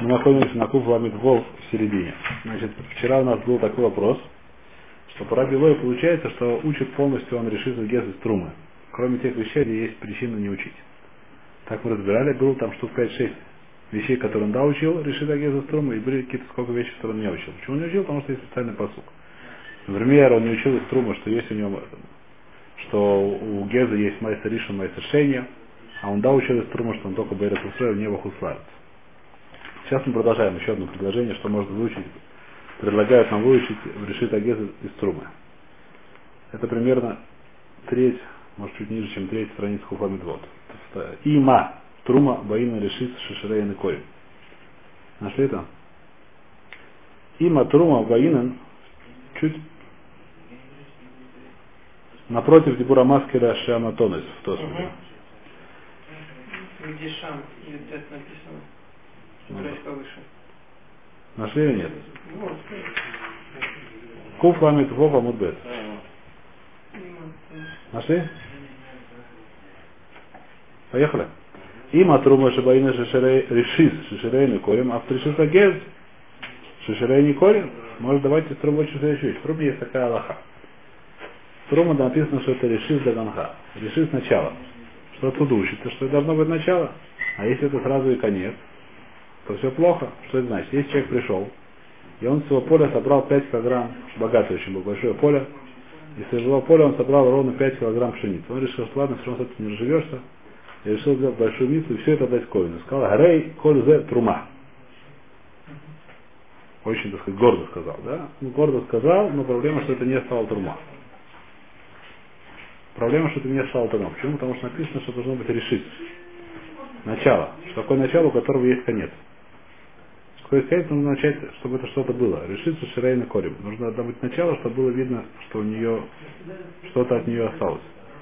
Мы находимся на Куф Ламид Вов в середине. Значит, вчера у нас был такой вопрос, что по Раби Лою получается, что учит полностью он решит гез из трумы. Кроме тех вещей, где есть причина не учить. Так мы разбирали, было там штук 5-6 вещей, которые он да учил, решит гез из трумы, и были какие-то сколько вещей, которые он не учил. Почему не учил? Потому что есть специальный посук. Например, он не учил из трумы, что есть у него, что у Геза есть майстер Ришон, майстер Шейня, а он да учил из трумы, что он только Бейрат Исраэль, не Вахуславец. Сейчас мы продолжаем еще одно предложение, что можно выучить. Предлагают нам выучить решит Агез из трумы. Это примерно треть, может чуть ниже, чем треть страниц Хуфамидвод. Има трума баина решит шишерейн и корень. Нашли это? Има трума баинан чуть напротив Дебура Маскера Шаматонес в Тосфоте. Где Шам и Тет написано? Чуть повыше. Нашли или нет? Вот. Куф ламит вов амудбет. Нашли? Поехали. Има трума шабаина решис шишерейн и корем, а в решит агез шишерейн и корем. Может, давайте с трумой очень следующую вещь. В труме есть такая алаха. В труме написано, что это решис даганха. Решис начало. Что отсюда учится? Что это должно быть начало. А если это сразу и конец, то все плохо. Что это значит? Если человек пришел, и он с своего поля собрал 5 килограмм, богатое очень было большое поле, и с своего поля он собрал ровно 5 килограмм пшеницы. Он решил, что ладно, все равно с этим не разживешься, и решил сделать большую миссу и все это дать Ковину. Сказал, гарей коль трума. Очень, так сказать, гордо сказал, да? Ну, гордо сказал, но проблема, что это не стало трума. Проблема, что это не стало трума. Почему? Потому что написано, что должно быть решить. Начало. Что такое начало, у которого есть конец. Что есть конец, нужно начать, чтобы это что-то было. Решиться ширейный корень. Нужно быть начало, чтобы было видно, что у нее что-то от нее осталось.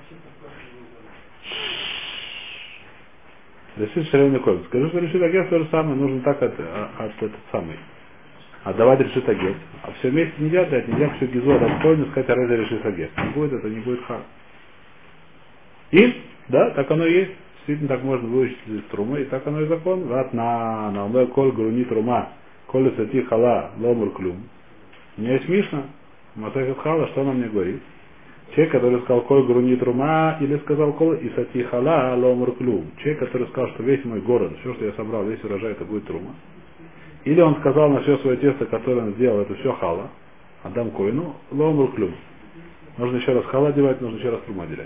Решить ширейный корень. Скажи, что решить агент то же самое, нужно так от этот самый. Отдавать решит агент. А все вместе нельзя дать, нельзя всю гизу отдать корню, сказать, а это решит агент. Не будет это, не будет хак. И, да, так оно и есть. Действительно, так можно выучить из трумы, и так оно и закон. Ват на умэ коль груни трума, коль сати хала ломур клюм. У меня есть Мишна, Масахет Хала, что она мне говорит? Человек, который сказал коль груни трума, или сказал коль и сати хала ломур клюм. Человек, который сказал, что весь мой город, все, что я собрал, весь урожай, это будет трума. Или он сказал на все свое тесто, которое он сделал, это все хала, отдам коину, ломур клюм. Нужно еще раз хала одевать, нужно еще раз трума делять.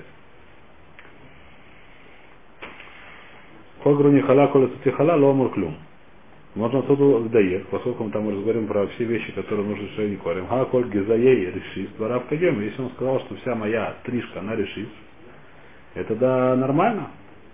Коль груни хала, коль сати хала, ломур клюм. Можно отсюда вдаек, поскольку мы там разговариваем про все вещи, которые нужны шейни корем. Ха, коль гизаей решис, двора в кадем. Если он сказал, что вся моя стрижка, она решис, это да нормально.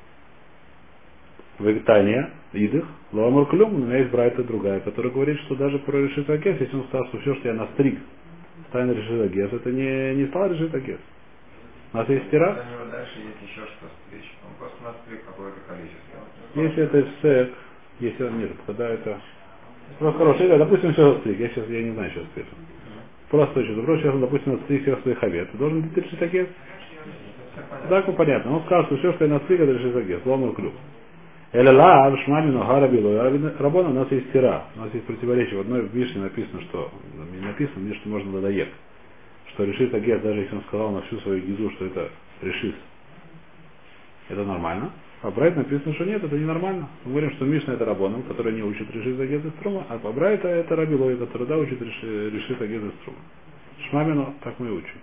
Вегетания, идых, ломур клюм, у меня есть брайта другая, которая говорит, что даже про решит агес, если он сказал, что все, что я настриг, станет решит агес, это не стал решит агес. У нас есть стира. Дальше есть еще что стричь. Он просто настриг какое-то количество. Если это сек, если нет, тогда это просто хороший, да, допустим, все стриг, я не знаю, что стриг. Просто очень добро, сейчас он, допустим, стриг всех своих овец. Должен быть решить агес. Так, ну понятно. Он сказал, что все, что я настриг, это решит агес. Ломер клюв. Эля в шмамину гарабилу. Рабона у нас есть стира. У нас есть противоречие. В одной вишне написано, что не написано, мне что можно надоест. Что решит агес, даже если он сказал на всю свою гизу, что это решит. Это нормально. А Брайт написано, что нет, это ненормально. Мы говорим, что Мишна это Рабоном, который не учит решит агез из трума, а по Брайта это Раби Лой, который да учит решит агез из трума. Шмамину так мы и учим.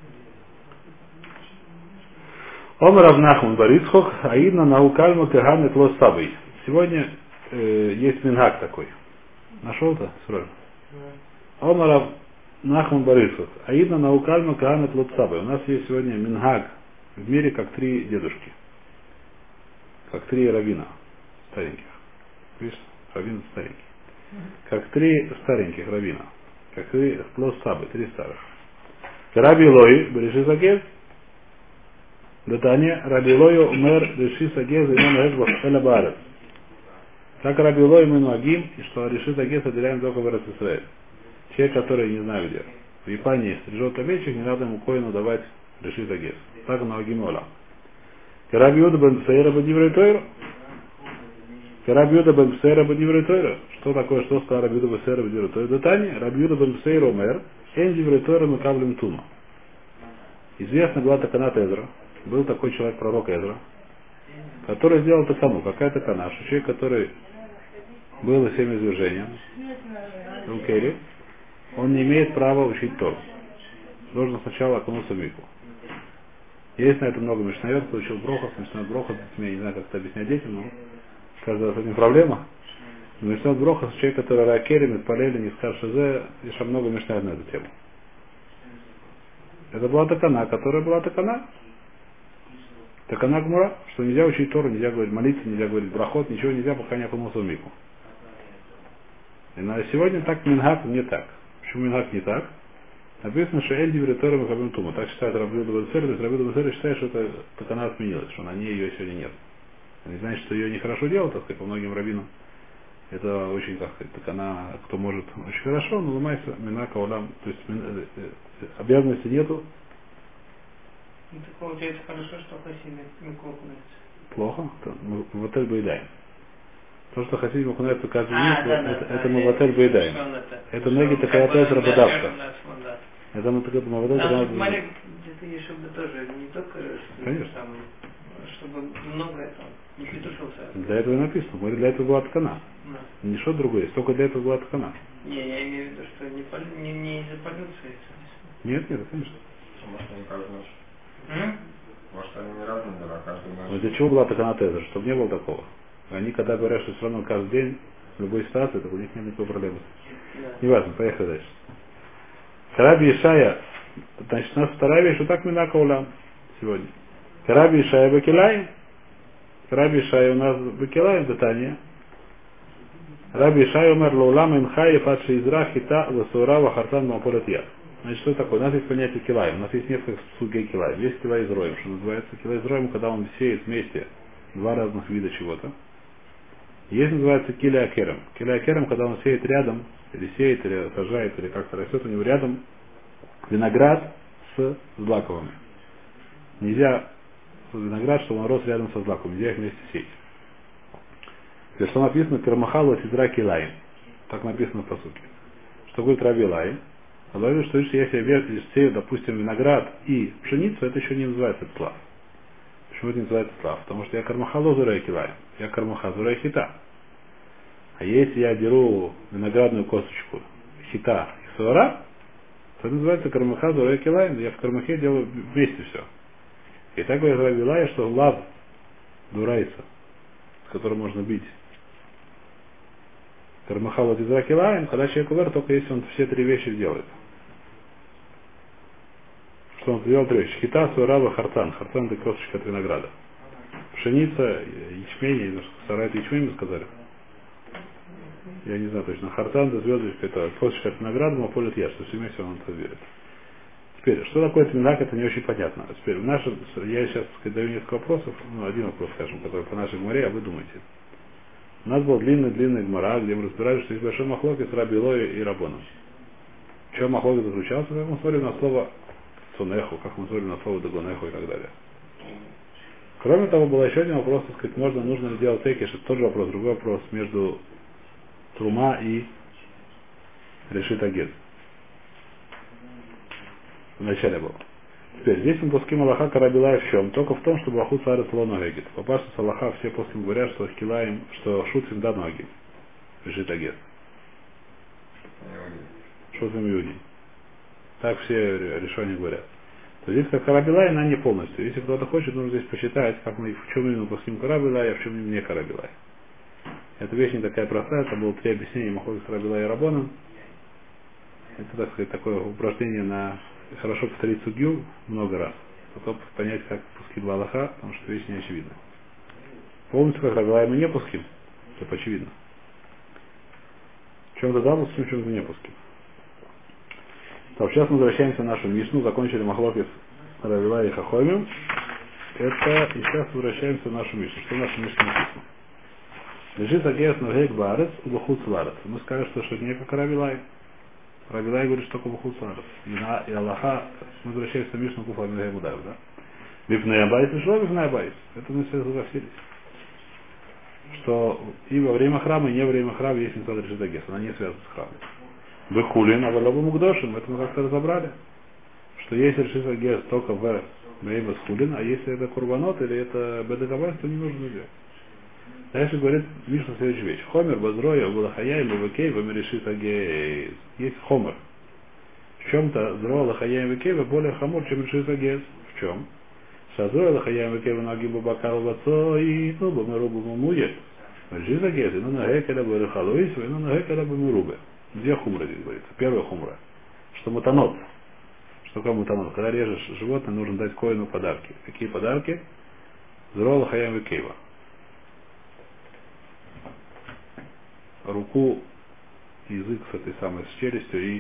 Омар Авнахман Барицхок, Аидна Наукальма Каганет Лос Сабой. Сегодня есть мингак такой. Нашел-то, Срой? Омар Авнахман Барицхок, Аидна Наукальма Каганет Лос Сабой. У нас есть сегодня мингак в мире как 3 дедушки. Как 3 раввина стареньких. Видишь, раввин старенький. Как 3 стареньких раввина. Как 3 лос сабы, 3 старых. Раби Лой, решис агез. Датане, Раби Лою умер решис агез, именно эсбах эля баарет. Как Раби Лой мы нуагим, и что решис агез отделяем только в Израиль. Человек, который не знаю где. В Японии стрижет овечек, не надо ему коину давать решис агез. Так нуагим ола. Раби Юда бен Сейра бадиврей тойр. Рабиуда бен Псейра бен Диврей. Что такое, что сказал Рабиуда бен Псейра бен Диврей? Датани, Рабиуда бен Псейра умер, эн Диврей мы каблем тума. Известно была Таканат Эзра. Был такой человек, пророк Эзра, который сделал такану. Какая такана? Что человек, который был 7 извержением, Рукери, он не имеет права учить Тору. Должен сначала окунуться в мику. Есть на это много мишнайот, кто учил брохов, мишнайот брохов, я не знаю, как это объяснять детям, но каждый раз с этим проблема. Но мишнайот брохов, человек, который ракерим, отпалели, не скажет шизе, еще много мишнайот на эту тему. Это была такана, которая была такана. Такана гмура, что нельзя учить Тору, нельзя говорить молиться, нельзя говорить брахот, ничего нельзя, пока не окунулся в мику. И на сегодня так мингак не так. Почему мингак не так? Написано, что Эль Диврей мы хабим тума. Так считает Рабиуда бен Псейра, то есть Рабиуда бен Псейра считает, что это такана отменилась, что на ней ее сегодня нет. Это не значит, что ее нехорошо делать, так сказать, по многим раввинам. Это очень, так сказать, такана, кто может, очень хорошо, но ломается минака улам, то есть обязанности нету. Ну, так получается хорошо, что Хасим Микол окунается. Плохо? Мы в отель Байдаем. То, что Хасим окунается каждый день, это мы в я отель Байдаем. Это неги такая тезра бодавка. Это мы такая бодавка. Смотри, где-то есть, чтобы тоже не только, конечно, там, чтобы много этого, не петушился. Для этого и написано. Мы для этого была ткана. Да. Не что другое, есть, только для этого была ткана. Не, я имею в виду, что не из-за полюции. Нет, конечно. Может, они каждую ночь. Может, они не разные, а каждую ночь. Но для чего была такана тезра? Чтобы не было такого. Они, когда говорят, что все равно каждый день, в любой ситуации, то у них нет никакой проблемы. Да. Неважно, поехали дальше. Караби Ишая, значит, у нас вторая вещь, что так минака улам сегодня. Караби Ишая Бакилай. Караби Ишая у нас Бакилай в Датане. Раби Ишая умер лаулам инхай фадши изра хита васура вахартан маполет яд. Значит, что такое? У нас есть понятие килай. У нас есть несколько слугей килай. Есть килай из роем, что называется. Килай из роем, когда он сеет вместе два разных вида чего-то. Есть, называется киля акерем. Киля акерем, когда он сеет рядом, или сеет, или сажает, или как-то растет у него рядом виноград с злаковыми. Нельзя виноград, чтобы он рос рядом со злаковыми. Нельзя их вместе сеять. Теперь, что написано Кармахалу Сидра Килай. Так написано в посуке. Что говорит Раби Илай? Он говорит, что если я сею, допустим, виноград и пшеницу, это еще не называется слав. Почему это не называется слав? Потому что я Кармахалу Зурай Килай. Я Кармаха Зурай Хита. А если я беру виноградную косточку хита и суара, то это называется Кармаха Зурай Килай. Я в Кармахе делаю вместе все. И так говорит Раби Илай, что лав дурайса, с которым можно бить. Кармахалу Тизра Килаем, когда человек умер, только если он все три вещи делает. Что он сделал три вещи? Хита, суарава, хартан. Хартан это косточка от винограда. Пшеница, ячмень, сарай это ячмень мы сказали. Я не знаю точно. Хартан, это звездочка, это косточка от винограда, но полет яд, что все вместе он это верит. Теперь, что такое тминак, это не очень понятно. Теперь, я сейчас даю несколько вопросов, один вопрос, скажем, который по нашей гмаре, а вы думаете. У нас был длинный гмара, где мы разбирали, что есть большой махлокис Раби Илой и Рабоном. В чем махлокис заключался? Как мы смотрим на слово цунеху, как мы смотрим на слово дагонеху и так далее. Кроме того, был еще один вопрос, так сказать, нужно ли делать текиш, это тот же вопрос, другой вопрос между трума и решит агет. Вначале было. Теперь, здесь мы пуским Аллаха Карабилай в чем? Только в том, что Баху Царец Лона Гегет. Попасть с Аллаха все пуским говорят, что Хилаем, что Шуцим да ноги. Решит агет. Шуцим Юди. Так все решения говорят. То здесь как Карабилай, она не полностью. Если кто-то хочет, нужно здесь посчитать, как мы, в чем именно пуским Карабилай, а в чем именно не Карабилай. Эта вещь не такая простая, это было три объяснения Махлокис Карабилай и Рабона. Это, так сказать, такое упражнение на хорошо повторить судью много раз. Потом понять, как пуским Аллаха, потому что вещь не очевидна. Полностью как Рабилай мы не пуским, это очевидно. В чем-то да пуским, в чем-то не пуским. Так, сейчас мы возвращаемся в нашу Мишну, закончили Махлокис Рабилай и Хахомим. Это, и сейчас возвращаемся в нашу Мишну. Что в нашей Мишне написано? Лежит агес навек барец, убахуц ларец. Мы скажем, что это не как Рабилай. Рабилай говорит, что только убахуц ларец. И Аллаха, мы возвращаемся в Мишну Куфа Мидхай Мудаев, да? Випная байс и шло випная байс. Это мы все согласились. что и во время храма, и не во время храма есть мецват решит гес. Она не связана с храмом. Бехулин, а валабу мукдошим, это мы как-то разобрали. Что есть решит гес только в время схулин, а если это курбанот или это бедагабас, то не нужно делать. Дальше говорит Мишна следующую вещь. Хомер, базроя, булахая, бавакей, вамерешит агез. Есть хомер. В чем-то зро лахая векей более хамур, чем решит агез. В чем? Шазроя лахая векей ноги бабакал бацо и ну бамерубу мамует. Решит агез. И ну нагекеля барахалуис, и ну нагекеля бамерубе. Две хумры здесь говорится. Первая хумра. Что мутанот. Что такое мутанот? Когда режешь животное, нужно дать коину подарки. Какие подарки? Зро лахая векейва. Руку, язык с этой самой с челюстью и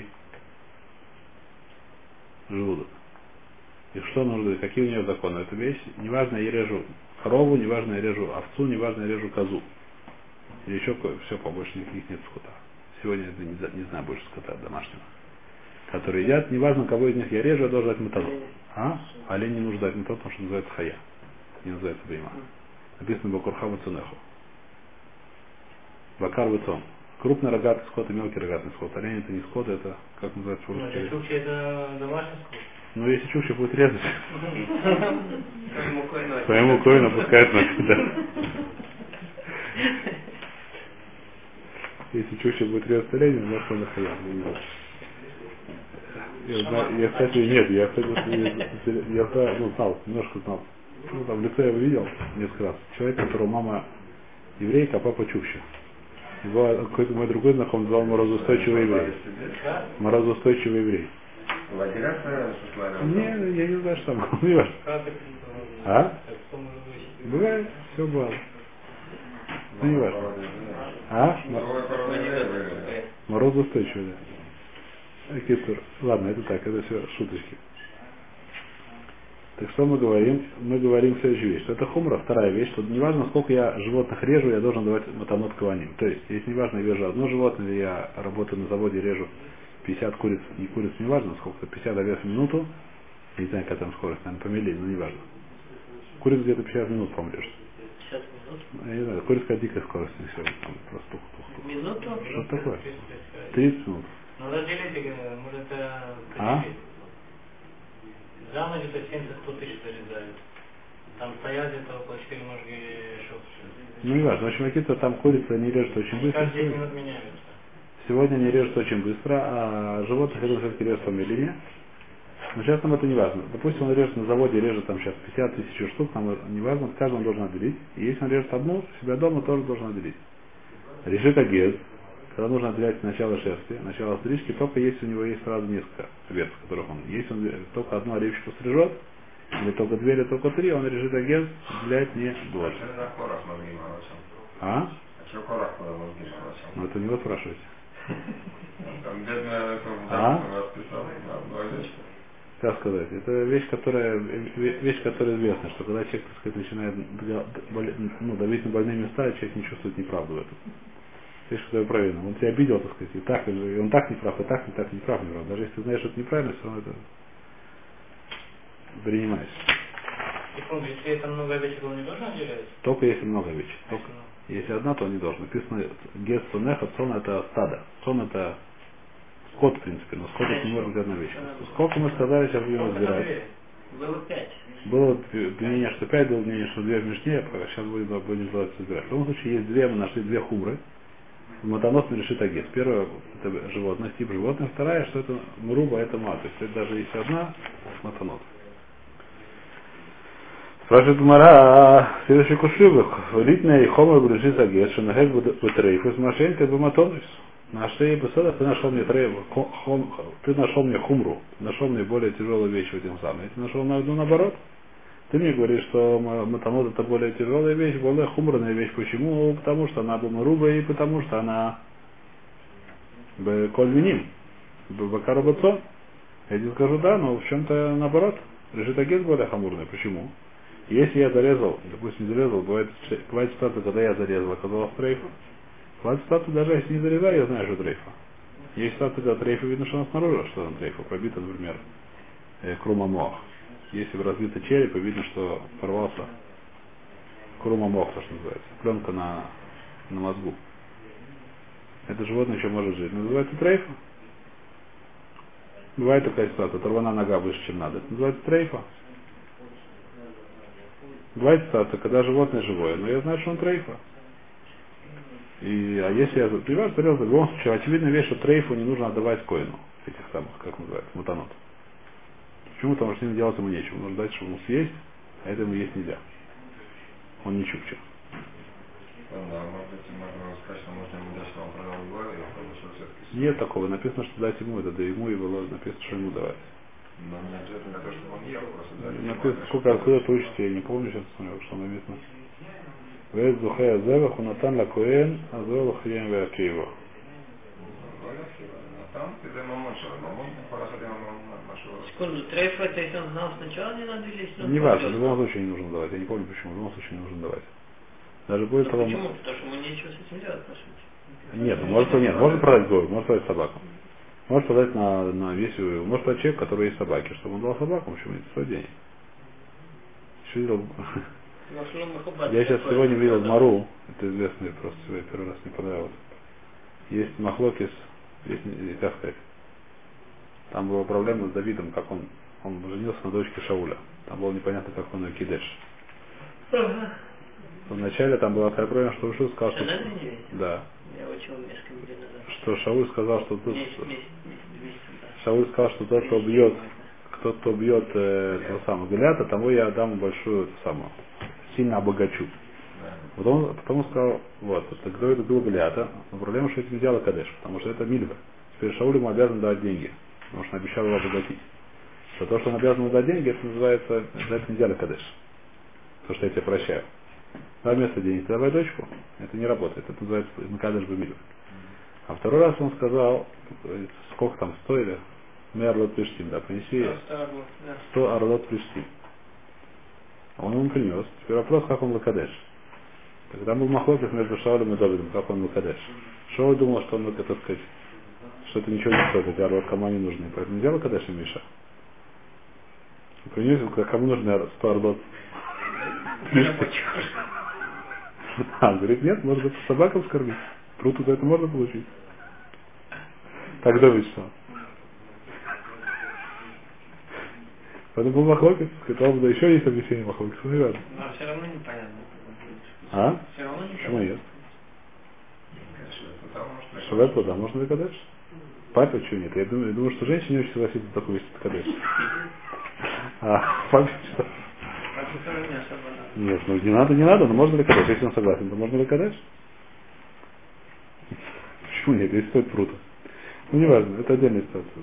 желудок. И что нужно, какие у нее законы? Эта вещь, неважно, я режу корову, неважно, я режу овцу, неважно, я режу козу. Или еще все, побольше никаких нет скота. Сегодня я не знаю больше скота домашнего. Которые едят, неважно, кого из них я режу, я должен дать металлу. А? Олень не нужно дать металлу, потому что называется хая. Не называется бейма. Написано Бакурхава Цунеху. Бакар выцон. Крупный рогатый скот и мелкий рогатый скот. Олень это не скот, это как называется по-русски? Ну, чукча это домашний скот. Ну, если чукча будет резать. Своему коину пускает носить, да. Если чукча будет резать олень, может он нахаян. Я, кстати, нет, я знал, немножко знал. Ну, там в лице я его видел несколько раз. Человек, которого мама еврейка, а папа чукча. Его какой-то мой другой знакомый звал морозоустойчивый еврей. Морозоустойчивый еврей. Не, я не знаю, что там. Не важно. А? Бывает, все бывало. Ну, не важно. А? Морозоустойчивый, да. Китур. Ладно, это так, это все шуточки. Так что мы говорим? Мы говорим следующую вещь. Что это хумра, вторая вещь, что неважно, сколько я животных режу, я должен давать матанот каваним. То есть, если неважно, я режу одно животное, или я работаю на заводе, режу 50 куриц, не куриц, неважно, сколько, 50 овец в минуту, я не знаю, какая там скорость, наверное, по мили, но неважно. Куриц где-то 50 минут, по-моему, режешь. 50 минут? Я не знаю, курицкая дикая скорость не все, там просто тух-тух-тух. Минуту? Что такое? 30 минут. Ну, разделите, может, это... А? За ночь это 70-100 тысяч зарезают. Там стоят где-то около 4 ножки шов. Ну не важно, в общем, какие-то там курицы они режут очень быстро. Каждые 10 минут меняются. Сегодня они режут очень быстро, а животных это все-таки режут по миллине. Но сейчас нам это не важно. Допустим, он режет на заводе, режет там сейчас 50 тысяч штук, нам не важно, каждому должен отделить. И если он режет одну, себя дома тоже должен отделить. Решит агез, когда нужно отделять начало шерсти, начало стрижки, только если у него есть сразу несколько овец, которых он. Если он только одну овечку стрижет, или только две, или только три, он решит агез, отделять не должен. А? Ну это не вы спрашиваете. А? Как сказать? Это вещь, которая известна, что когда человек, так сказать, начинает давить на больные места, человек не чувствует неправду в этом. Вещь, которая правильно. Он тебя обидел, так сказать, и он так не прав, и так не прав. Даже если ты знаешь, что это неправильно, все равно это принимаешь. Секунду, если это много овечек, он не должен отделять? Только если много овечек. Только. Если одна, то не должен. Написано гес цонеха, цон это стадо. Цон это скот, в принципе, но скот это не может быть одна овечка. Сколько мы сказали, сейчас будем разбирать. Было 5. Было мнение, что 5, было мнение, что 2 в Мишне, а сейчас будем разбирать. В любом случае, есть две, мы нашли две хумры. Матанот решит агес. Первое, это животное, тип животное. Вторая, что это мруба, это мат. То есть это даже если одна, матанот. Спрашивает Гмара, следующий кушибок. Литная хомер брежит агес, что нахек бетрейфус, машенька бематонус. На шее бесода ты нашел мне ты нашел мне хумру, нашел мне более тяжелую вещь в этом самом. Я нашел наоборот. Ты мне говоришь, что матанот это более тяжелая вещь, более хумрная вещь. Почему? Потому что она бумаруба и потому что она кольвиним, бакарабацон. Я тебе скажу, да, но в чем-то наоборот. Решит агент более хамурный. Почему? Если я зарезал, допустим, зарезал, бывает ситуация, когда я зарезал, оказалось трейфа. Бывает ситуация, даже если не зарезаю, я знаю, что трейфа. Есть ситуация, когда трейфа видно, что она снаружи, что там трейфа, пробита, например, крума моах. Если разбито череп, видно, что порвался Крума мох, то, что называется. Пленка на мозгу. Это животное еще может жить. Называется трейфа. Бывает такая ситуация, оторвана нога выше, чем надо. Это называется трейфа. Бывает ситуация, когда животное живое, но я знаю, что он трейфа. А если я понимаю, что в любом случае очевидная вещь, что трейфу не нужно отдавать коину. Этих самых, как называется, мутанот. Почему? Потому что с ним делать ему нечего. Нужно дать, чтобы ему съесть, а это ему есть нельзя. Он не чукча. Да, может быть, можно сказать, что можно ему дать, что он продал в главе, а потому что все-таки... Нет такого. Написано, что дать ему, это да ему, и было написано, что ему давать. Но не обязательно то, чтобы он ел, просто дать Написано, сколько откуда это учите, я не помню сейчас, смотрю, что написано. Вэд зухая зевах, унатан ла коэн, азол хьем веакеева. Там ты дай мамон, хорошо, я мамон. Секунду, трейф это, если он знал сначала, не надо лезть? Не важно, в любом случае не нужно давать. Я не помню почему, в любом случае не нужно давать. Даже будет того... Почему? Потому что ему нечего с этим делать, по сути. Нет, можно продать гой, может продать собаку. Может продать на весь, может продать человек, который есть собаки, чтобы он дал собаку, почему это стоит денег. Еще видел... Я сейчас сегодня видел Мару, это известный, просто себе первый раз не понравилось. Есть махлокис, есть, как сказать, там была проблема с Давидом, как он женился на дочке Шауля. Там было непонятно, как он ее кидеш. Вначале там была такая проблема, что Шауль сказал, что... Да. Я учил несколько недель назад. Что Шауль сказал, что тут... Шауль сказал, что тот, кто убьет этого самого Голиата, тому я дам большую эту самую, сильно обогачу. Потом сказал, вот, кто это был Голиата, но проблема, что это не делал Кадеш, потому что это мильва. Теперь Шауль ему обязан давать деньги, потому что он обещал его обогатить. За то, что он обязан ему дать деньги, это называется, это не делал Кадеш. То, что я тебе прощаю. Да, вместо денег ты давай дочку, это не работает, это называется Кадеш бемильва. А второй раз он сказал, сколько там стоили, Мерлот Плештим, да, принеси 100 орлот Плештим. Он ему принес. Теперь вопрос, как он лакадеш. Тогда был махлокис между Шаулем и Давидом, как он лакадеш. Шауль думал, что он, это сказать, что это ничего не стоит, эти орлот кому не нужны. Поэтому нельзя лакадеш и Миша. Принес, кому нужны 100 орлот Плештим. Говорит, нет, можно по собакам скормить. Труту за это можно получить. Так Давид что? Это был махлокис, сказал, да еще есть объяснение махлокиса, ну не важно. Но все равно непонятно. А? Все равно непонятно. Почему есть? Швепу, да, можно ли кадеш? Папе что нет? Я думаю, что женщина не очень согласится с такой вещью кадеш. А папе что? Нет, ну не надо, но можно ли кадеш? Если он согласен, то можно ли кадеш? Почему нет? Если стоит прута. Ну не важно, это отдельная ситуация.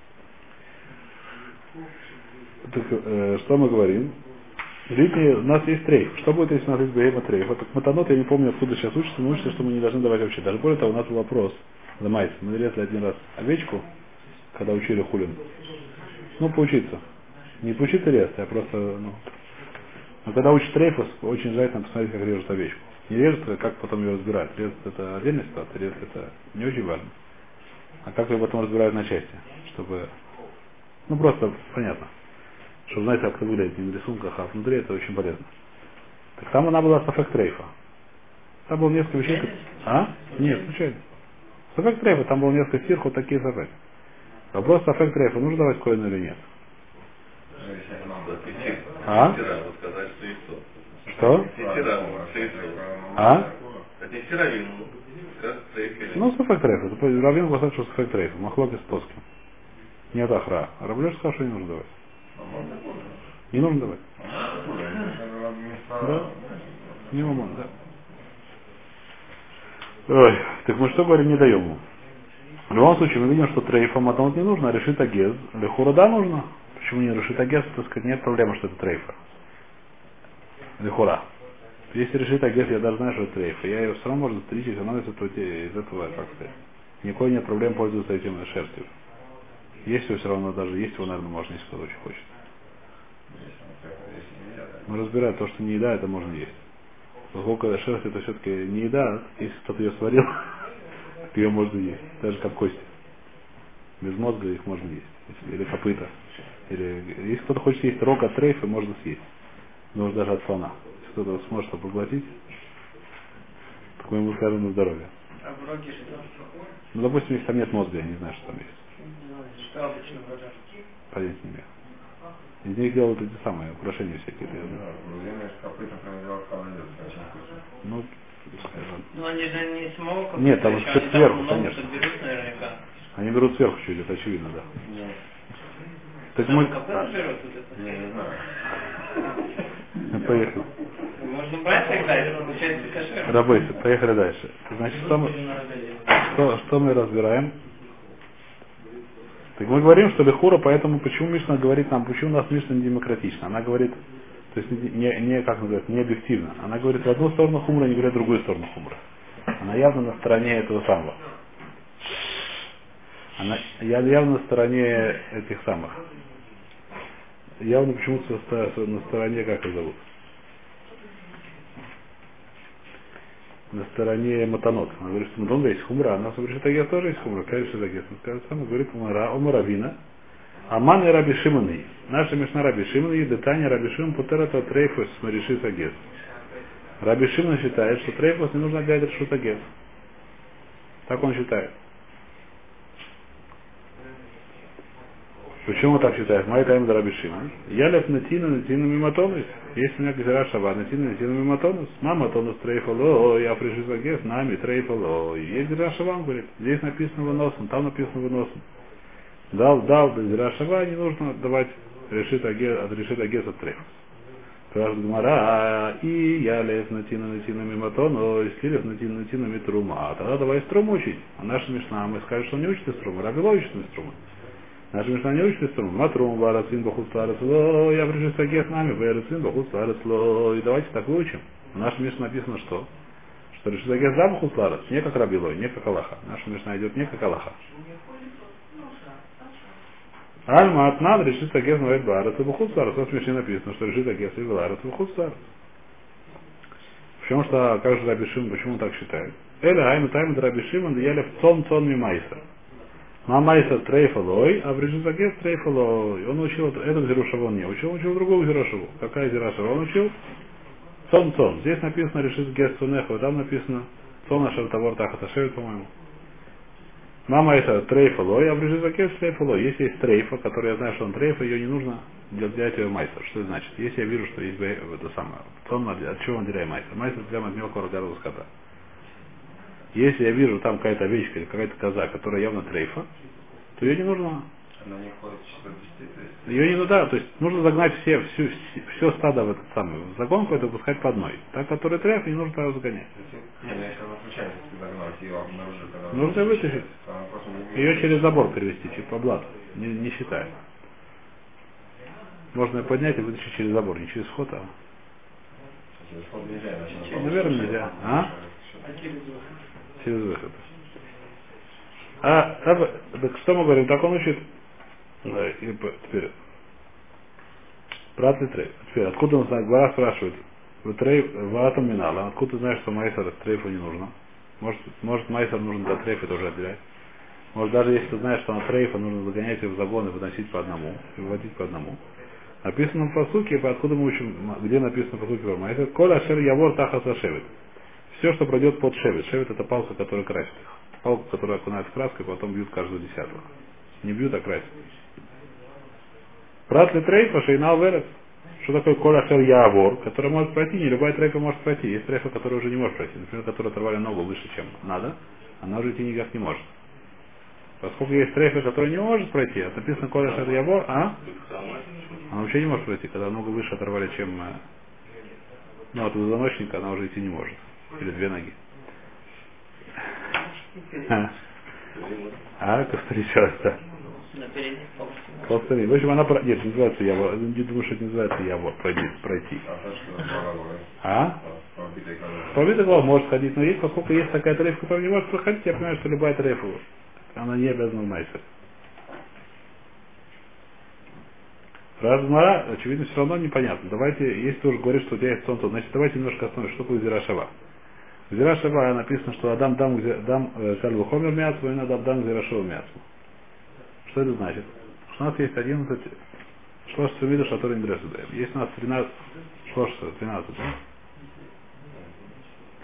Так, что мы говорим? Видите, у нас есть трейф. Что будет, если у нас есть бегема трейф? Вот матанот, я не помню, откуда сейчас учится, но учится, что мы не должны давать вообще. Даже более того, у нас был вопрос. Замайся, мы резали один раз овечку, когда учили хулин. Ну, поучиться. Не поучиться резать, а просто, Но когда учат трейф, очень желательно посмотреть, как режут овечку. Не режут, а как потом ее разбирают. Резать это отдельная ситуация, резать это не очень важно. А как ее потом разбирают на части, чтобы... просто понятно. Чтобы знать, как это выглядит не на рисунках, а внутри это очень полезно. Так там она была с аффект трейфа. Там было несколько вещей. А? Нет, случайно. С аффект трейфа там было несколько стих, вот такие аффект. Вопрос с аффект трейфа, нужно давать коину или нет? А? Что? А? Ну, с аффект трейфа. Равин говорит, что с аффект трейфа. Махлокис с плоским. Нет ахра. Раблеш сказал, что не нужно давать. Не нужно давать. Да? Не мамон, да. Ой, так мы что говорим, не даем ему. В любом случае, мы видим, что трейфа матанот не нужно, а решит агез. Лехура да нужно. Почему не решит агез, так сказать, нет проблемы, что это трейфа. Лехура. Если решит агез, я даже знаю, что это трейфа. Я ее все равно можно стричь, и все равно из этого, как сказать, никакой нет проблем пользоваться этим шерстью. Есть его все равно, даже есть его, наверное, можно, если кто-то очень хочет. Мы разбираем то, что не еда, это можно есть. Поскольку шерсть это все-таки не еда, если кто-то ее сварил, ее можно есть. Даже как кости. Без мозга их можно есть. Или копыта. Или если кто-то хочет есть рог от трейфа, можно съесть. Может даже от слона. Если кто-то сможет это поглотить, так мы ему скажем на здоровье. А в роге что? Ну, допустим, если там нет мозга, я не знаю, что там есть. Что обычно в рогах? Понятия не имею. Из них делают эти самые украшения всякие. Да, грузины с копытом прям делают холодец, очень вкусно. Ну, скажем. Ну они же не самого копыта, Нет, там еще все они сверху, там много конечно. берут наверняка. Они берут сверху чуть, это очевидно, да. Нет. Так Там мы... копыта берут вот это? Я не знаю. Поехали. Можно брать тогда, это получается кошер. Рабейсы, поехали дальше. Значит, что мы разбираем? Так мы говорим, что Лехура, поэтому почему Мишна говорит нам, почему у нас Мишна не демократична? Она говорит, то есть не как называется, не объективно. Она говорит в одну сторону хумра, не говорит в другую сторону хумра. Она явно на стороне этого самого. Она явно на стороне этих самых. Явно почему-то на стороне, как их зовут? На стороне матанот. Она говорит, что матанот есть хумра, она говорит, что Агес тоже есть хумра. Конечно, Агес. Она говорит, Омаравина. Аман и Раби Шимони. Наша Мишна Раби Шимони, Детания Раби Шимон Путерата Трейфус Маришит Агес. Раби Шимон считает, что Трейфус не нужно отдать Решут Агес. Так он считает. Почему он так считает? Май тайм Раби Шимон. Я лев натина миматонус. Есть у меня гзира шава натина миматонус. Мама тонус трейфало, я пришел агес, нами трейфало. Есть гзира шава, он говорит. Здесь написано выносом, там написано выносом. Дал, гзира шава, не нужно давать решит агес от трейфус. Спрашивает Гмара, и я лев натина миматонус, и лев натина митрума. Тогда давай струму учить. А наша Мишна, мы скажем, что он не учит струму, Рабило учит струму. Наша Мишна не учит струму. Матрум, варацин, бахуцарасло, я пришел с агес нами, варацин, бахуцарасло. И давайте так выучим. В нашем Мишне написано что? Что решит агес да бахуцарас, не как Рабило, не как Аллаха. Наша Мишна идет не как Аллаха. Альма атнан решит агес навет барас и бахуцарас. В Мишне написано, что решит агес и барас и бахуцарас. Почему что, как же Раби Шимон, почему он так считает? Эля айму тайму Раби Шимон, да яля в цон мимайса. Мамайса трейфалой, а в Решизагес трейфалой. Он учил эту Зерушаву, он не учил, он учил другую Зерушаву. Какая Зерушава он учил? Цон. Здесь написано Решизагес Цунеху, там написано Цона Шартавор Тахаташевит, по-моему. Мамайса трейфалой, а в Решизагес трейфалой. Если есть трейфа, который я знаю, что он трейфа, ее не нужно взять ее майсер. Что это значит? Если я вижу, что есть это самое, цон, от чего он отделяет майсер? Майсер прямо от мелкого разгорного скота. Если я вижу там какая-то овечка или какая-то коза, которая явно трейфа, то ее не нужно. Она не входит в число 10, то есть... Ее не надо, то есть нужно загнать все стадо в этот самый в загонку, это пускать по одной. Та, которая трейфа, не нужно тогда загонять. Нет, если она случайно загнать, ее обнаружит, когда... Нужно вытащить. Ее через забор перевести, через по блату, не считая. Можно ее поднять и вытащить через забор, не через вход, а... Через вход нельзя, иначе... Наверное, нельзя. А? Через выход. Так что мы говорим? Так он учит. Да, и теперь. Брат ли трейф. Теперь, откуда он знает? Гвара спрашивает. Ватам минала. Откуда ты знаешь, что майсер трейфу не нужно? Может майсер нужен для трейфа тоже отделять. Может даже если ты знаешь, что на трейфа нужно загонять ее в загон и выносить по одному. И выводить по одному. Написано в посуке, откуда мы учим, где написано в посуке про майсер. Коля шер явор тахаса шевит. Все, что пройдет под шевит. Шевит это палка, которая красит их. Палку, которая окунает в краску, и потом бьют каждую десятую. Не бьют, а красят. Брат ли трейфа, шейнал верес. Что такое коля шер явор, который может пройти? Не любая трейфа может пройти. Есть трейфа, которая уже не может пройти. Например, которая оторвали ногу выше, чем надо. Она уже идти никак не может. Поскольку есть трейфа, которая не может пройти, это написано коля шер явор, а? Она вообще не может пройти, когда ногу выше оторвали, чем... от позвоночника она уже идти не может. Или две ноги. Повтори еще раз, да. Повтори. В общем, она... Нет, не называется явор. Я думаю, что это не называется явор. Пройти. А? Пробитый глав может ходить, но есть, поскольку есть такая трейфа, которая не может проходить, я понимаю, что любая трейфа, она не обязана в майсер. Размара, очевидно, все равно непонятно. Давайте, если ты уже говоришь, что у тебя есть солнце, значит, давайте немножко остановим, что такое Зирашава. В Зирашава написано, что Адам дам кальву хомер мяцу, и надо дам Зирашава мяцу. Что это значит? Что у нас есть 11 шлошцы видов, которые не даем. Есть у нас 13 шлошцы, 13, да?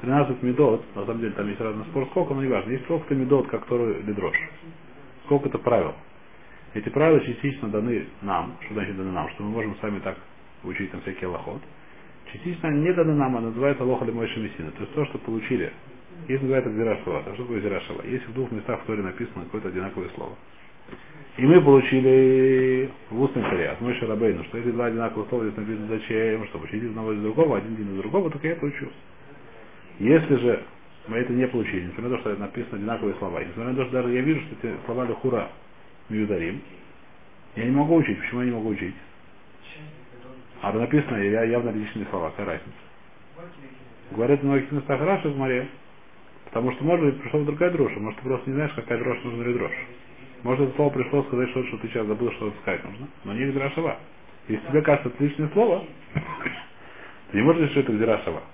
13 медот, на самом деле там есть разный спор, сколько, но не важно. Есть сколько-то медот, который лидрош. Сколько-то правил. Эти правила частично даны нам. Что значит даны нам? Что мы можем сами так учить там всякий алахот. Частично они не даны нам, а называется лоха лимойши мессина. То есть то, что получили. Есть называется зирашава. А что такое зирашава? Если в двух местах в Торе написано какое-то одинаковое слово. И мы получили в устной Торе от Мойши Рабейну, что эти два одинаковых слова здесь написано зачем, чтобы учить из одного из другого, один день из другого, только я это учу. Если же мы это не получили, несмотря на то, что написано одинаковые слова, несмотря на то, что даже я вижу, что эти слова Лехура Миюдарим, я не могу учить. Почему я не могу учить? А написано явно различные слова, какая разница? Говорят в многих местах Раши в море, потому что, может быть, пришла другая дрожь, может, ты просто не знаешь, какая дрожь нужна или дрожь. Может, это слово пришло сказать что-то, что ты сейчас забыл, что сказать нужно, но не Гзирашава. Если тебе кажется это личное слово, ты не можешь решить, что это Гзирашава.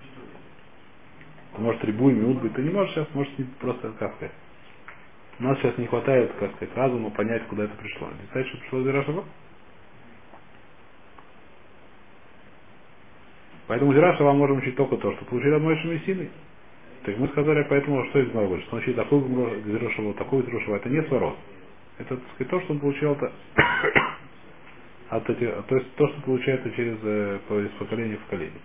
Ты можешь трибуй, минут быть, ты не можешь сейчас, можешь просто, как сказать. У нас сейчас не хватает, как сказать, разума понять, куда это пришло. Не знаешь, что пришло Гзирашава? Поэтому Гзирашава можем учить только то, что получили от Мойши Мессины. Так мы сказали, поэтому, что из Гмара больше? Что он учит такую Гзирашаву, такую Гзирашаву, это не сварот. Это, так сказать, то, что он получил то есть то, что получается из поколения в поколение.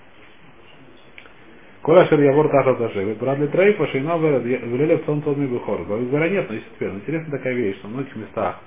Коля шер явор тахат зашевет. Брадли трейфа шейна велели в сон тодми бихор. Говоря, нет, но есть теперь. Интересная такая вещь, что в многих местах,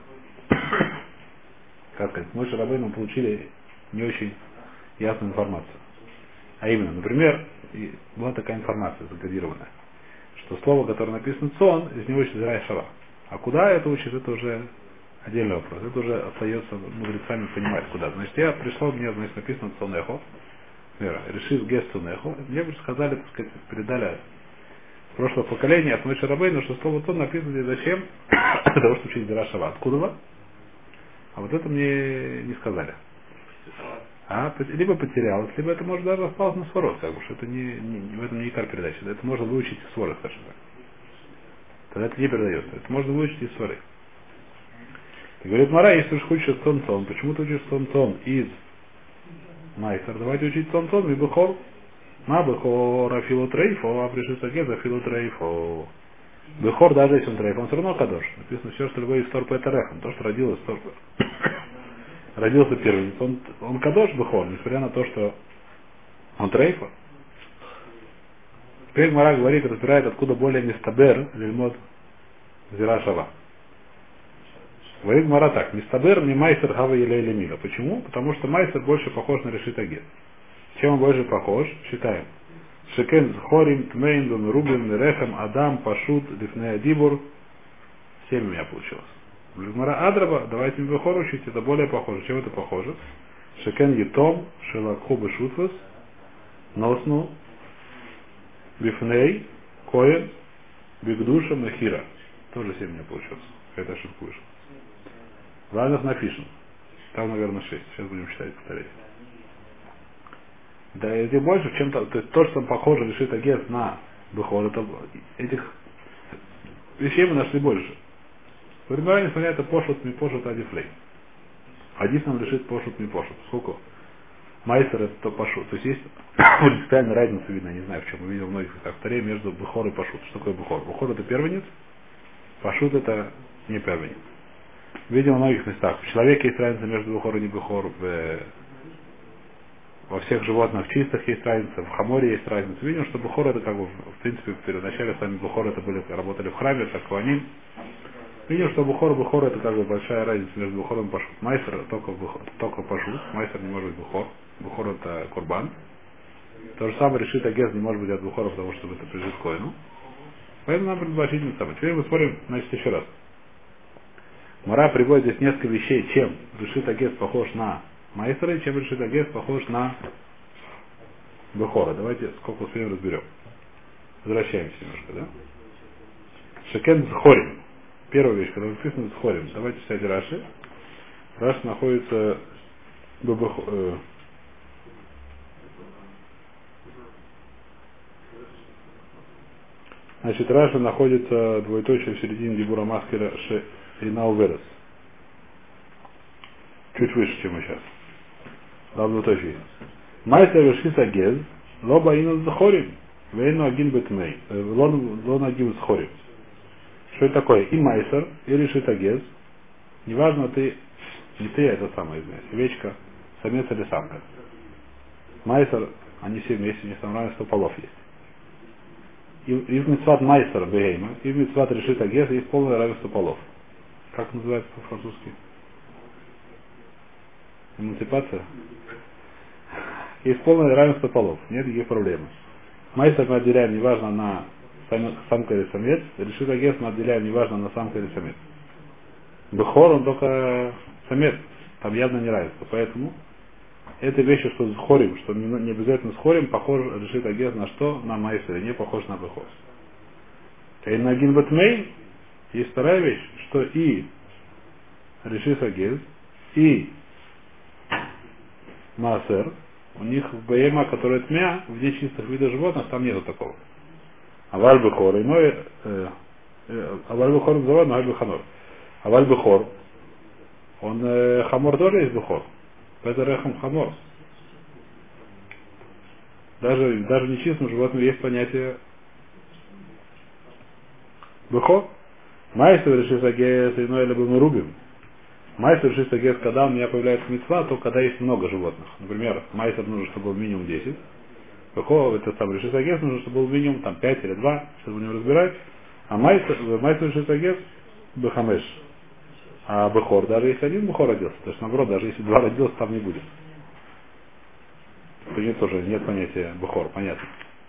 как сказать, Мойши Рабейну получили не очень ясную информацию. А именно, например, была такая информация закодированная, что слово, которое написано сон, из него учит Зирай Шава. А куда это учит, это уже отдельный вопрос. Это уже остается мудрецами понимать, куда. Значит, я пришел, мне, значит, написано сон эхо. Решив гесту нехо, мне бы сказали, так сказать, передали с прошлого поколения от Мойши Рабейну, что слово тон написано здесь зачем? Для того, чтобы учить Зирай Шава. Откуда? А вот это мне не сказали. Либо потерялось, либо это может даже осталось на сварот, как бы, что это в этом не икар передачи. Это можно выучить из свары совершенно. Тогда это не передается. Это можно выучить из свары. И говорит Мара, если уж хочешь тон-тон, почему ты учишь тон-тон из Майсер? Давайте учить тон-тон и бухор. На бухор афилотрейфо, а пришли саге за филотрейфо. Бухор, даже если он трейф, он все равно кадош. Написано все, что любой из торпа это рехом, то, что родилось из торпа. Родился первенец. Он кадош бухор, несмотря на то, что он трейфа. Теперь Мара говорит, разбирает, откуда более мистабер лильмот Зирашава. Говорит Мара так, мистабер не майсер хава елей мила. Почему? Потому что майсер больше похож на решит агет. Чем он больше похож? Считаем. Шекен хорим тмейндон рубин рехем адам пашут дифнея дибур. 7 у меня получилось. Мара Адраба, давайте Мибухор учить, это более похоже. Чем это похоже? Шекен Етом, Шелакху Бешутвас, Носну, Бифней, Коэн, Бигдуша, Махира. Тоже 7 у меня получилось. Это ошибка вышла. Ванах напишем. Там, наверное, 6. Сейчас будем считать, повторять. Да, эти больше, чем то есть то, что похоже решит агент на Бухор, это этих вещей мы нашли больше. В Рибаре, несмотря на это, пошут, ми пошут, адифлей. Адиф нам решит пошут, ми пошут. Сколько? Майсер это то пошут. То есть есть принципиальная разница, видно, не знаю в чем, мы видел в многих местах вторее между Бухор и пошут. Что такое Бухор? Бухор это первенец, пошут это не первенец. Видел в многих местах. В человеке есть разница между Бухор и не Бухор, во всех животных чистых есть разница, в хаморе есть разница. Видим, что Бухор это как бы, в принципе, вначале сами Бухор это работали в храме, так Куаним. Видим, что Бухор это как бы большая разница между Бухором и Пашут. Майсер только Пашут, Майсер не может быть Бухор. Бухор это Курбан. То же самое решит агез не может быть от Бухора, потому что это прижит Коину. Поэтому нам предпочтительно самое. Теперь мы смотрим, значит, еще раз. Мара приводит здесь несколько вещей, чем решит агез похож на Майсера, и чем решит агез похож на Бухора. Давайте сколько успеем разберем. Возвращаемся немножко, да? Шекен Зхорим. Первая вещь, когда написано Зхорим. Давайте читать Раши. Раши находится значит, Раши находится двоеточие в середине Дибура Маскера Шейнау Верес. Чуть выше, чем мы сейчас. Там двоеточие есть. Майсер решит агез, лоба инус Зхорим. Вейну агин бетмей. Лон агин схори. Что это такое? И майсер, и решит агез. Неважно, не ты, это самое, извиняюсь, овечка, самец или самка. Майсер, они все вместе, у них там равенство полов есть. И в митцват майсер бегейма, и в митцват решит агез есть полное равенство полов. Как называется по-французски? Эмансипация? Есть полное равенство полов, нет никаких проблем. Майсер мы отделяем, неважно, на самка или самец, решит агез мы отделяем, неважно, на самка или самец. Бехор, он только самец, там явно не равенство. Поэтому это вещи, что с хорим, что не обязательно с хорим, похож решит агез на что? На майсер, не похож на бехор. И на агин батмей есть вторая вещь, что и решит агез, и маасер, у них в бейма, которая тмя, в нечистых видах животных, там нету такого. Аваль бехор, иной, аваль бехор называют, но аваль беханор. Аваль бехор, он хамор тоже есть бехор. Это рехам хамор. Даже нечистым животным есть понятие бехор. Майстер решит агез, иной либо мы рубим. Майстер решит агез, когда у меня появляется мицва, то когда есть много животных. Например, майстер нужно, чтобы был минимум 10. Бехор, это сам решит агез, нужно, чтобы был минимум там 5 или 2, чтобы не разбирать. А майстер решит агез бехамеш. А бехор, даже если один бехор родился, то есть наоборот, даже если два родился, там не будет. То нет тоже, нет понятия бехор, понятно.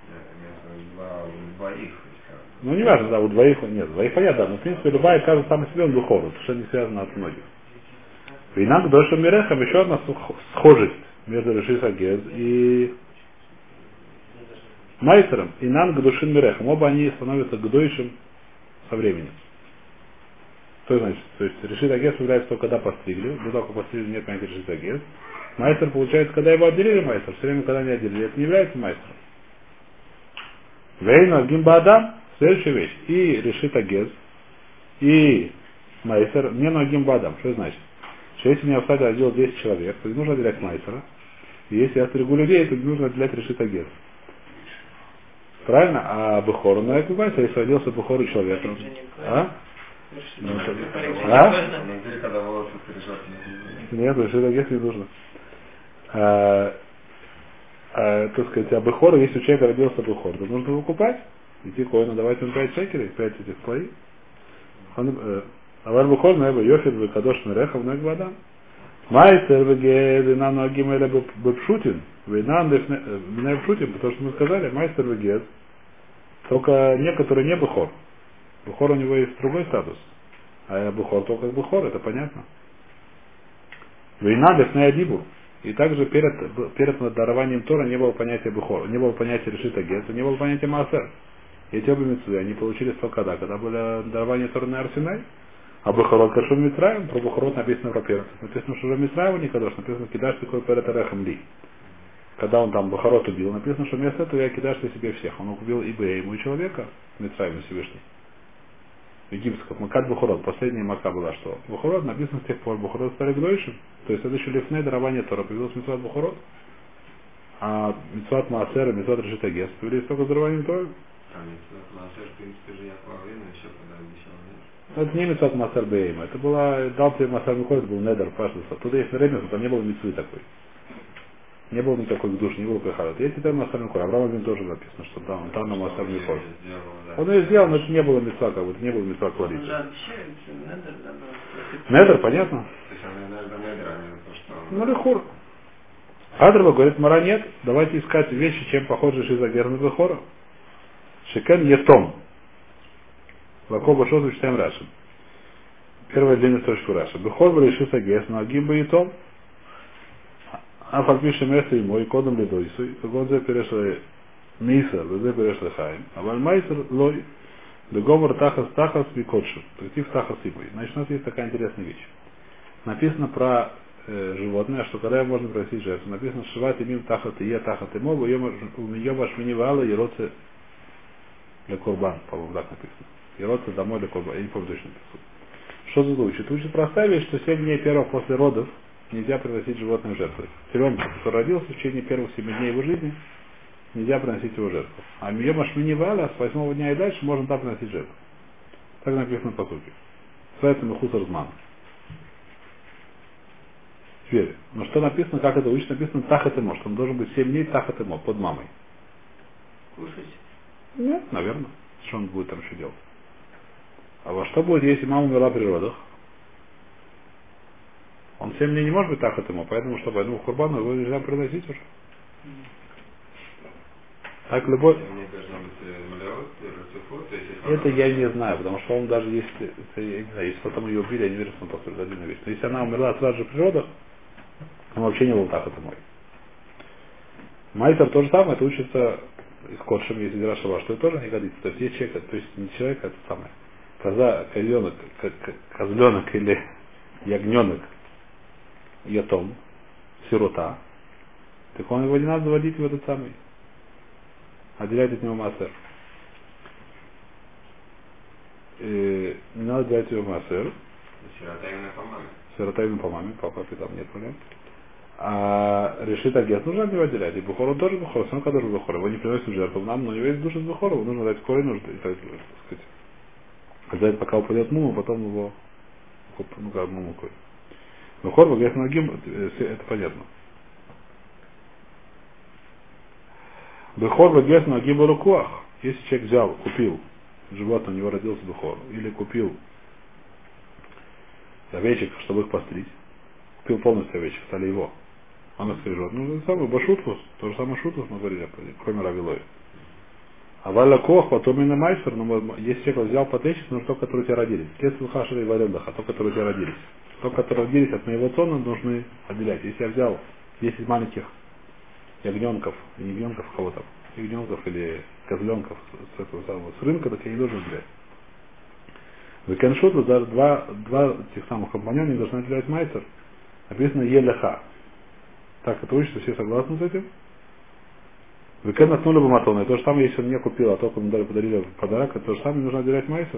Двоих. Ну не важно, да, у двоих нет, двоих понятно, да, но в принципе любая каждый сам себе он бехор, потому что не связано от многих. Винак дошем мирехам еще одна схожесть между решит агез и майстером. Инан гдушин мирехам, оба они становятся гдойшим со временем. Что значит? То есть решит агез появляется только когда постригли. До того, как постригли, нет понятия решит агез. Майстер получается, когда его отделили майстер. Все время, когда не отделили, это не является майстером. Вейну гимба адам. Следующая вещь. И решит агез. И майстер. Не на гимба адам. Что значит? Что если мне в саде отделил 10 человек, то не нужно отделять майстера. И если я стригу людей, то не нужно отделять решит агез. Правильно? А бехор, ну я майстер, если родился бехор у человека. А? Нет, решит агез не нужно. Так сказать, а бехор, если у человека родился бехор, то нужно его купать. Идти коину, давать ему 5 шекелей, 5 этих слои. Авар бехор, но я бы йохид, бы кадош мерехов, но я вода. Майстер, вегез, и нам ногим или бепшутин, вейнан меня бепшутин, потому что мы сказали, майстер вегез, только некоторые не бехор. Бухор у него есть другой статус. А бухор только бухор, это понятно. Вейна бесная дибур. И также перед дарованием Тора не было понятия бухора, не было понятия решит агез, не было понятия маасер. Эти оба митцвы, они получились только когда было дарование Тора на Арсинай, а бухорот кашур митраем, про бухорот написано про первых. Написано, что уже митраем не кадош, написано кидаш такой перед арехам ли. Когда он там бухорот убил, написано, что вместо этого я кидаш себе всех. Он убил и ему и человека, митраем Всевышний. Египетского Макат Бухорот. Последняя Мака была что? Бухорот написано с тех пор. Бухорот стали гдойшим. То есть это еще лифней дарование Тора. Появился митцват Бухорот. А митцват Маасер и митцват решит агез появились только с дарованием Тора. А митцват Маасер, в принципе, же я половину еще когда обещал, нет? Это не митцват Маасер Бейма. Это была, дал тебе Маасер Михойс, был недер, паштус. Оттуда есть время, там не было митцвы такой. Не было никакой душ, не было прихарат. Есть теперь Маасер Михойс. Авраам Авин тоже написано, что там на Маасер Михойс. Он ее сделал, но это не было митцва, как бы, это не было митцва кладить. Недер, понятно? То есть он иногда недер, а не то, что... Ну, лихур. Адрба говорит, мара нет, давайте искать вещи, чем похожи шизагер на бехора. Шекен етом. Лакоба шозу читаем Раши. Первая длинная строчка Раши. Бехор был шизагер, но агимба етом. А фальпишем место ему и кодом ледойсу. И он за перешли миса, за перешли хаим. А вальмайсер лой. Дегомор тахас викотшу. Тактив тахас ибой. Значит, у нас есть такая интересная вещь. Написано про животное, что когда можно просить жертву, написано шиват имим тахат и тахат и мову, у нее башмини вала и роце для курбан, по-моему, так написано. И роце домой для курбан. Я не помню точно написано. Что за учит? Учит простая вещь, что 7 дней первых после родов нельзя приносить животное в жертву. Ребенок, который родился в течение первых 7 дней его жизни, нельзя приносить его жертву. А Йом Ашмини Валя с 8 дня и дальше можно там приносить жертву. Так написано по сути. Своится Мехус Арзман. Теперь, но что написано, как это учит, написано Тахат Эмо, что он должен быть 7 дней Тахат Эмо, под мамой. Кушать? Нет, наверное. Что он будет там еще делать? А во что будет, если мама умерла при родах? Он 7 дней не может быть Тахат Эмо, поэтому что, поэтому в Курбану его нельзя приносить уже. Так любой... Мне должно быть малярот, рацифот, то есть Это я не знаю, потому что он даже если, я не знаю, если потом ее убили, я не верю, что он построит отдельную вещь. Но если она умерла сразу же при родах, он вообще не был так, это мой. Майсер то же самое, это учится из Кодшем, если Дирашава, что это тоже не годится. То есть есть человек, то есть не человек, а это самое. Когда козленок или ягненок, ятом, сирота, так он его не надо заводить в этот самый. Отделять от него массер. Не надо отделять его массер. сирота именно по маме. Сирота именно по маме, папа, там нет проблем. А решит агент, нужно от него отделять. И Бухору тоже Бухору, сам Кадош Бухору. Его не приносит в жертву нам, но у него есть душа с Бухору, нужно дать корень, нужно так сказать. Отдать, пока упадет муму, потом его, ну как муму корень. Бухор, говорит, ногим, это понятно. Бехор вегес на гибарукуах. Если человек взял, купил животное, у него родился бехор, или купил овечек, чтобы их постричь, купил полностью овечек, стали его, он их стрижет. Ну, это самое, башутвус, то же самое шутвус мы говорили, кроме равилой. А валя кох, потом и на майстер, но если человек взял потечек, нужно то, которые у тебя родились. Кесу хашера и варендаха, то, которые у тебя родились. То, которые родились от моего тона, нужны отделять. Если я взял 10 маленьких ягненков, не ягненков, кого там, ягненков или козленков с этого самого, с рынка, так я не должен отделять. В Кеншуту даже два тех самых компаньона не должны отделять майсер. Написано Елеха. Так это учится, все согласны с этим? В Кен отнули бы матона. И то же самое, если он не купил, а только ему подарили в подарок, то же самое нужно отделять майсер.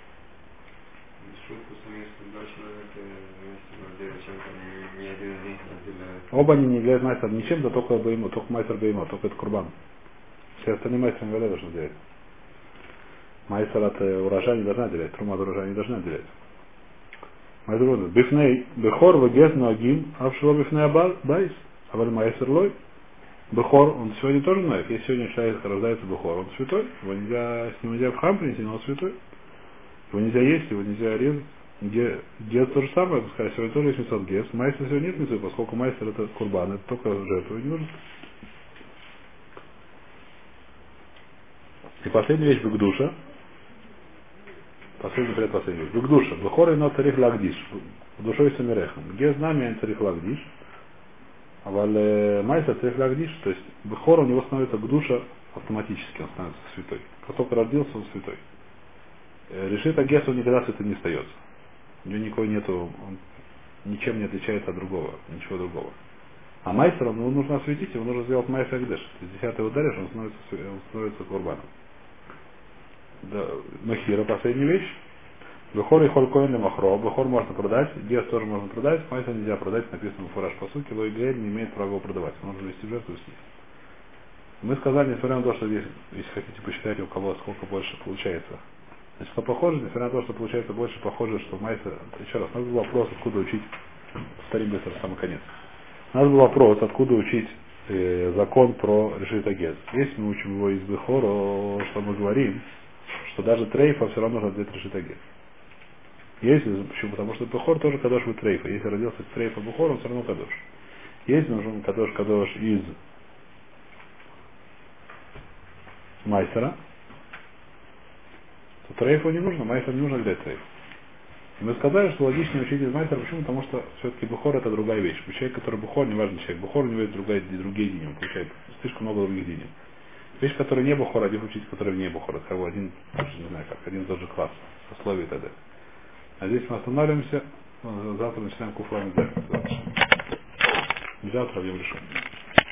Оба они не являются майстером ничем, да только беймо, только майстер беймо, только это курбан. Все остальные майстеры не должны делать. Майстер от урожая не должна делять, трума от урожая не должна делять. Майстер говорит, бифней, бехор, вегез, ногим, авшило бифней байс, аваль майстер лой. Бехор, он сегодня тоже ноет. Если сегодня человек рождается бехор, он святой, его нельзя, с ним нельзя в храм принести, но он святой. Его нельзя есть, его нельзя резать. Гес то же самое, пускай сегодня тоже есть митцвот гес. Майстер сегодня нет митцвот, поскольку майстер это курбан, это только жертва, не нужно. И последняя вещь бигдуша. Последняя вещь. Бигдуша. Бехор и но царих лагдиш. Душой самирехом. Гес нами он царих лагдиш. А майстер царих лагдиш. То есть бехор у него становится гдуша автоматически, он становится святой. Как только родился, он святой. Решит агес, он никогда святой не остается. У него никакой нету, он ничем не отличается от другого, ничего другого. А майстер, его нужно осветить, его нужно сделать майстер агдеш. Если 10-й ударишь, он становится курбаном. Да, махира, последняя вещь. Бехор и холькоин для махро. Бехор можно продать, гес тоже можно продать, майстер нельзя продать, написано в фураж по сути, Лой Гель не имеет права его продавать. Он нужно вести жертву с ним. Мы сказали, несмотря на то, что если хотите посчитать, у кого сколько больше получается. Значит, что похоже, несмотря на то, что получается больше похоже, что майстер... Еще раз, у нас был вопрос, откуда учить, повторим быстро, в самый конец. У нас был вопрос, откуда учить закон про решит агес. Если мы учим его из Бехора, что мы говорим, что даже трейфа все равно нужно отдать решит агес. Если, почему? Потому что Бехор тоже кадош будет трейфа. Если родился из трейфа Бехор, он все равно кадош. Если нужен кадош из майстера, то трейфу не нужно, майстеру не нужно взять трейф. И мы сказали, что логичнее учить из майстера, почему? Потому что все-таки бухор это другая вещь. Человек, который бухор, не важно человек, бухор у него есть другие дини, он получает слишком много других диней. Вещь, которая не бухор, один учить, который не бухор, это кого один, не знаю как, один и тот же класс, сословие и так далее. А здесь мы останавливаемся, завтра начинаем куфлами. Завтра в решение.